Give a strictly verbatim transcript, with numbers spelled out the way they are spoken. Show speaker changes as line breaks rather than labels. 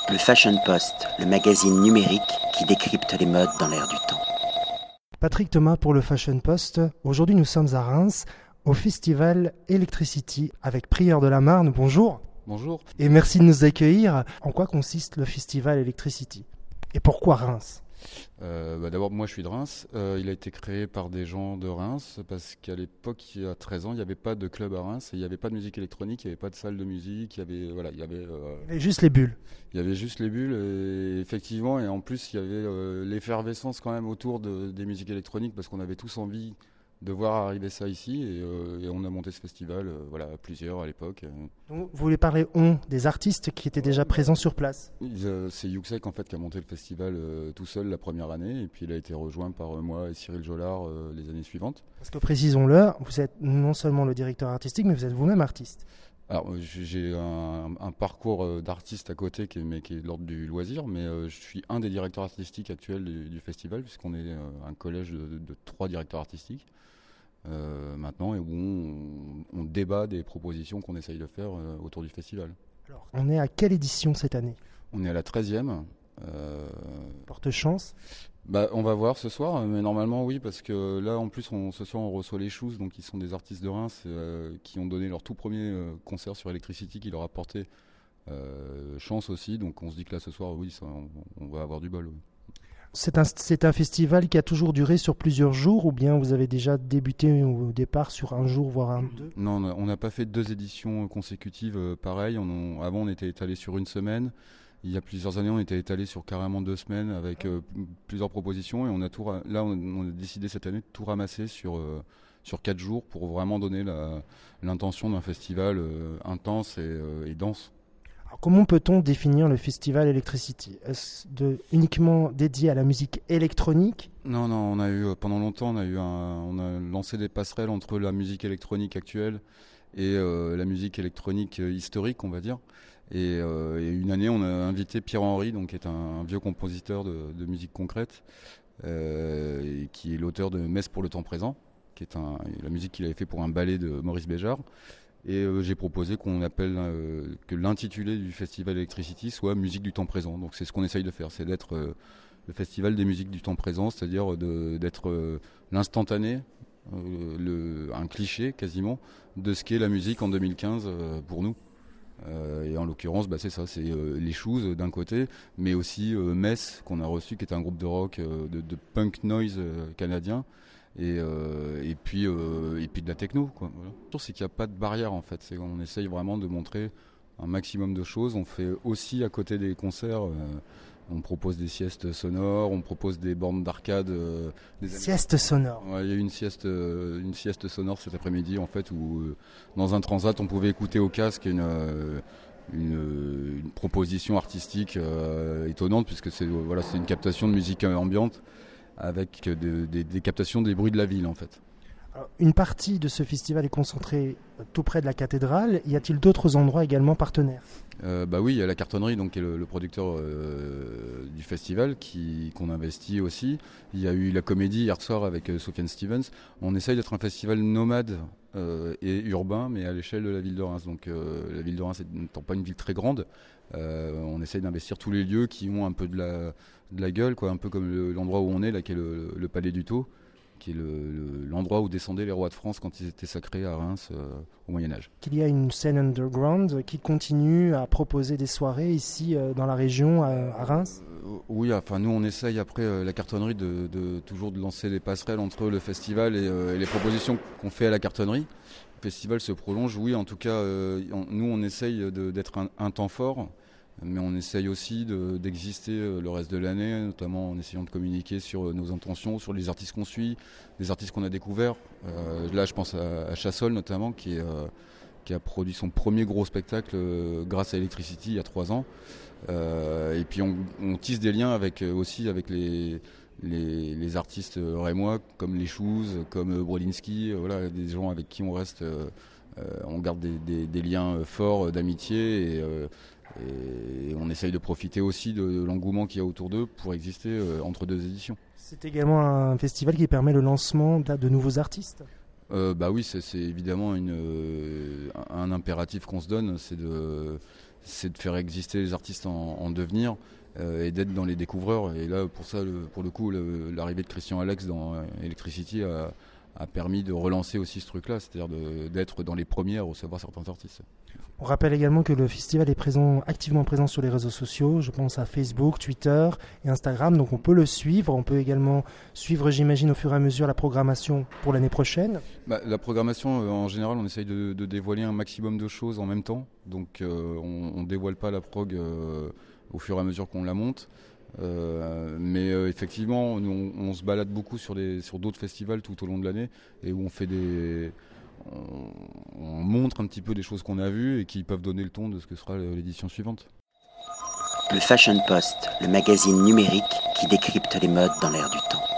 Le Fashion Post, le magazine numérique qui décrypte les modes dans l'air du temps.
Patrick Thomas pour le Fashion Post. Aujourd'hui, nous sommes à Reims, au festival Electricity avec Prieur de la Marne. Bonjour.
Bonjour.
Et merci de nous accueillir. En quoi consiste le festival Electricity ? Et pourquoi Reims ?
Euh, bah d'abord, moi je suis de Reims. Euh, il a été créé par des gens de Reims parce qu'à l'époque, il y a treize ans, il n'y avait pas de club à Reims et il n'y avait pas de musique électronique, il n'y avait pas de salle de musique, il y avait, voilà, il y avait, euh,
Il y avait juste les bulles.
il y avait juste les bulles et effectivement, et en plus il y avait euh, l'effervescence quand même autour de, des musiques électroniques parce qu'on avait tous envie de voir arriver ça ici et, euh, et on a monté ce festival, euh, voilà, plusieurs à l'époque.
Donc, vous voulez parler on des artistes qui étaient déjà présents sur place ?
Euh, c'est Yuxek en fait qui a monté le festival euh, tout seul la première année et puis il a été rejoint par euh, moi et Cyril Jollard euh, les années suivantes.
Parce que précisons-le, vous êtes non seulement le directeur artistique, mais vous êtes vous-même artiste.
Alors j'ai un, un parcours d'artiste à côté qui est, mais qui est de l'ordre du loisir, mais euh, je suis un des directeurs artistiques actuels du, du festival puisqu'on est euh, un collège de, de trois directeurs artistiques. Euh, maintenant et où on, on débat des propositions qu'on essaye de faire euh, autour du festival.
Alors, on est à quelle édition cette année ?
On est à la treizième. Euh,
Porte chance.
Bah, on va voir ce soir, mais normalement oui, parce que là en plus on, ce soir on reçoit les Choux, donc ils sont des artistes de Reims euh, qui ont donné leur tout premier euh, concert sur Electricity qui leur a porté euh, chance aussi, donc on se dit que là ce soir oui, ça, on, on va avoir du bol. Oui.
C'est un, c'est un festival qui a toujours duré sur plusieurs jours ou bien vous avez déjà débuté au départ sur un jour, voire un, deux ?
Non, on n'a pas fait deux éditions consécutives euh, pareil. On, on, avant, on était étalé sur une semaine. Il y a plusieurs années, on était étalé sur carrément deux semaines avec euh, plusieurs propositions. Et on a tout, là, on, on a décidé cette année de tout ramasser sur, euh, sur quatre jours pour vraiment donner la, l'intention d'un festival euh, intense et, euh, et dense.
Alors, comment peut-on définir le festival Electricity ? Est-ce de, uniquement dédié à la musique électronique ?
Non, non, on a eu pendant longtemps, on a eu un, on a lancé des passerelles entre la musique électronique actuelle et euh, la musique électronique historique, on va dire. Et, euh, et une année, on a invité Pierre Henry, donc qui est un, un vieux compositeur de, de musique concrète, euh, et qui est l'auteur de Messe pour le temps présent, qui est un, la musique qu'il avait fait pour un ballet de Maurice Béjart. Et euh, j'ai proposé qu'on appelle euh, que l'intitulé du festival Electricity soit musique du temps présent. Donc c'est ce qu'on essaye de faire, c'est d'être euh, le festival des musiques du temps présent, c'est-à-dire de, d'être euh, l'instantané, euh, le, un cliché quasiment de ce qu'est la musique en deux mille quinze euh, pour nous. Euh, et en l'occurrence, bah, c'est ça, c'est euh, les Choux d'un côté, mais aussi euh, Mess qu'on a reçu, qui est un groupe de rock, euh, de, de punk noise euh, canadien. Et, euh, et, puis, euh, et puis de la techno, quoi. Voilà. C'est qu'il n'y a pas de barrière en fait. C'est, on essaye vraiment de montrer un maximum de choses. On fait aussi à côté des concerts, euh, on propose des siestes sonores, on propose des bornes d'arcade. Euh, des
sieste sonore.
Ouais, il y a eu une sieste, euh, une sieste sonore cet après-midi en fait où euh, dans un transat on pouvait écouter au casque une, euh, une, une proposition artistique euh, étonnante puisque c'est, euh, voilà, c'est une captation de musique ambiante avec de, de, des captations des bruits de la ville en fait.
Alors, une partie de ce festival est concentrée tout près de la cathédrale. Y a-t-il d'autres endroits également partenaires ?
euh, Bah oui, il y a la Cartonnerie, donc qui est le, le producteur euh, du festival, qui qu'on investit aussi. Il y a eu la Comédie hier soir avec euh, Sofiane Stevens. On essaye d'être un festival nomade euh, et urbain, mais à l'échelle de la ville de Reims. Donc euh, la ville de Reims n'étant pas une ville très grande, euh, on essaye d'investir tous les lieux qui ont un peu de la de la gueule, quoi, un peu comme le, l'endroit où on est là, qui est le, le Palais du Tau, qui est le, le, l'endroit où descendaient les rois de France quand ils étaient sacrés à Reims euh, au Moyen-Âge.
Il y a une scène underground qui continue à proposer des soirées ici euh, dans la région, à, à Reims.
euh, Oui, enfin nous on essaye après euh, la Cartonnerie de, de toujours de lancer des passerelles entre le festival et, euh, et les propositions qu'on fait à la Cartonnerie. Le festival se prolonge, oui, en tout cas, euh, on, nous on essaye de, d'être un, un temps fort. Mais on essaye aussi de, d'exister le reste de l'année, notamment en essayant de communiquer sur nos intentions, sur les artistes qu'on suit, les artistes qu'on a découverts. Euh, là, je pense à, à Chassol notamment, qui, est, euh, qui a produit son premier gros spectacle euh, grâce à Electricity il y a trois ans. Euh, et puis on, on tisse des liens avec, aussi avec les, les, les artistes rémois, comme les Choux, comme Brodinski, voilà, des gens avec qui on reste, euh, on garde des, des, des liens forts d'amitié et euh, Et on essaye de profiter aussi de l'engouement qu'il y a autour d'eux pour exister euh, entre deux éditions.
C'est également un festival qui permet le lancement de nouveaux artistes ?
euh, Bah oui, c'est, c'est évidemment une, euh, un impératif qu'on se donne, c'est de, c'est de faire exister les artistes en, en devenir euh, et d'être dans les découvreurs. Et là, pour ça, le, pour le coup, le, l'arrivée de Christian Alex dans euh, Electricity a, a permis de relancer aussi ce truc-là, c'est-à-dire de, d'être dans les premiers à recevoir certains artistes.
On rappelle également que le festival est présent, activement présent sur les réseaux sociaux. Je pense à Facebook, Twitter et Instagram. Donc on peut le suivre. On peut également suivre, j'imagine, au fur et à mesure la programmation pour l'année prochaine.
Bah, la programmation, euh, en général, on essaye de, de dévoiler un maximum de choses en même temps. Donc euh, on ne dévoile pas la prog euh, au fur et à mesure qu'on la monte. Euh, mais euh, effectivement, nous, on, on se balade beaucoup sur, des, sur d'autres festivals tout au long de l'année et où on fait des... On, on montre un petit peu des choses qu'on a vues et qui peuvent donner le ton de ce que sera l'édition suivante.
Le Fashion Post, le magazine numérique qui décrypte les modes dans l'air du temps.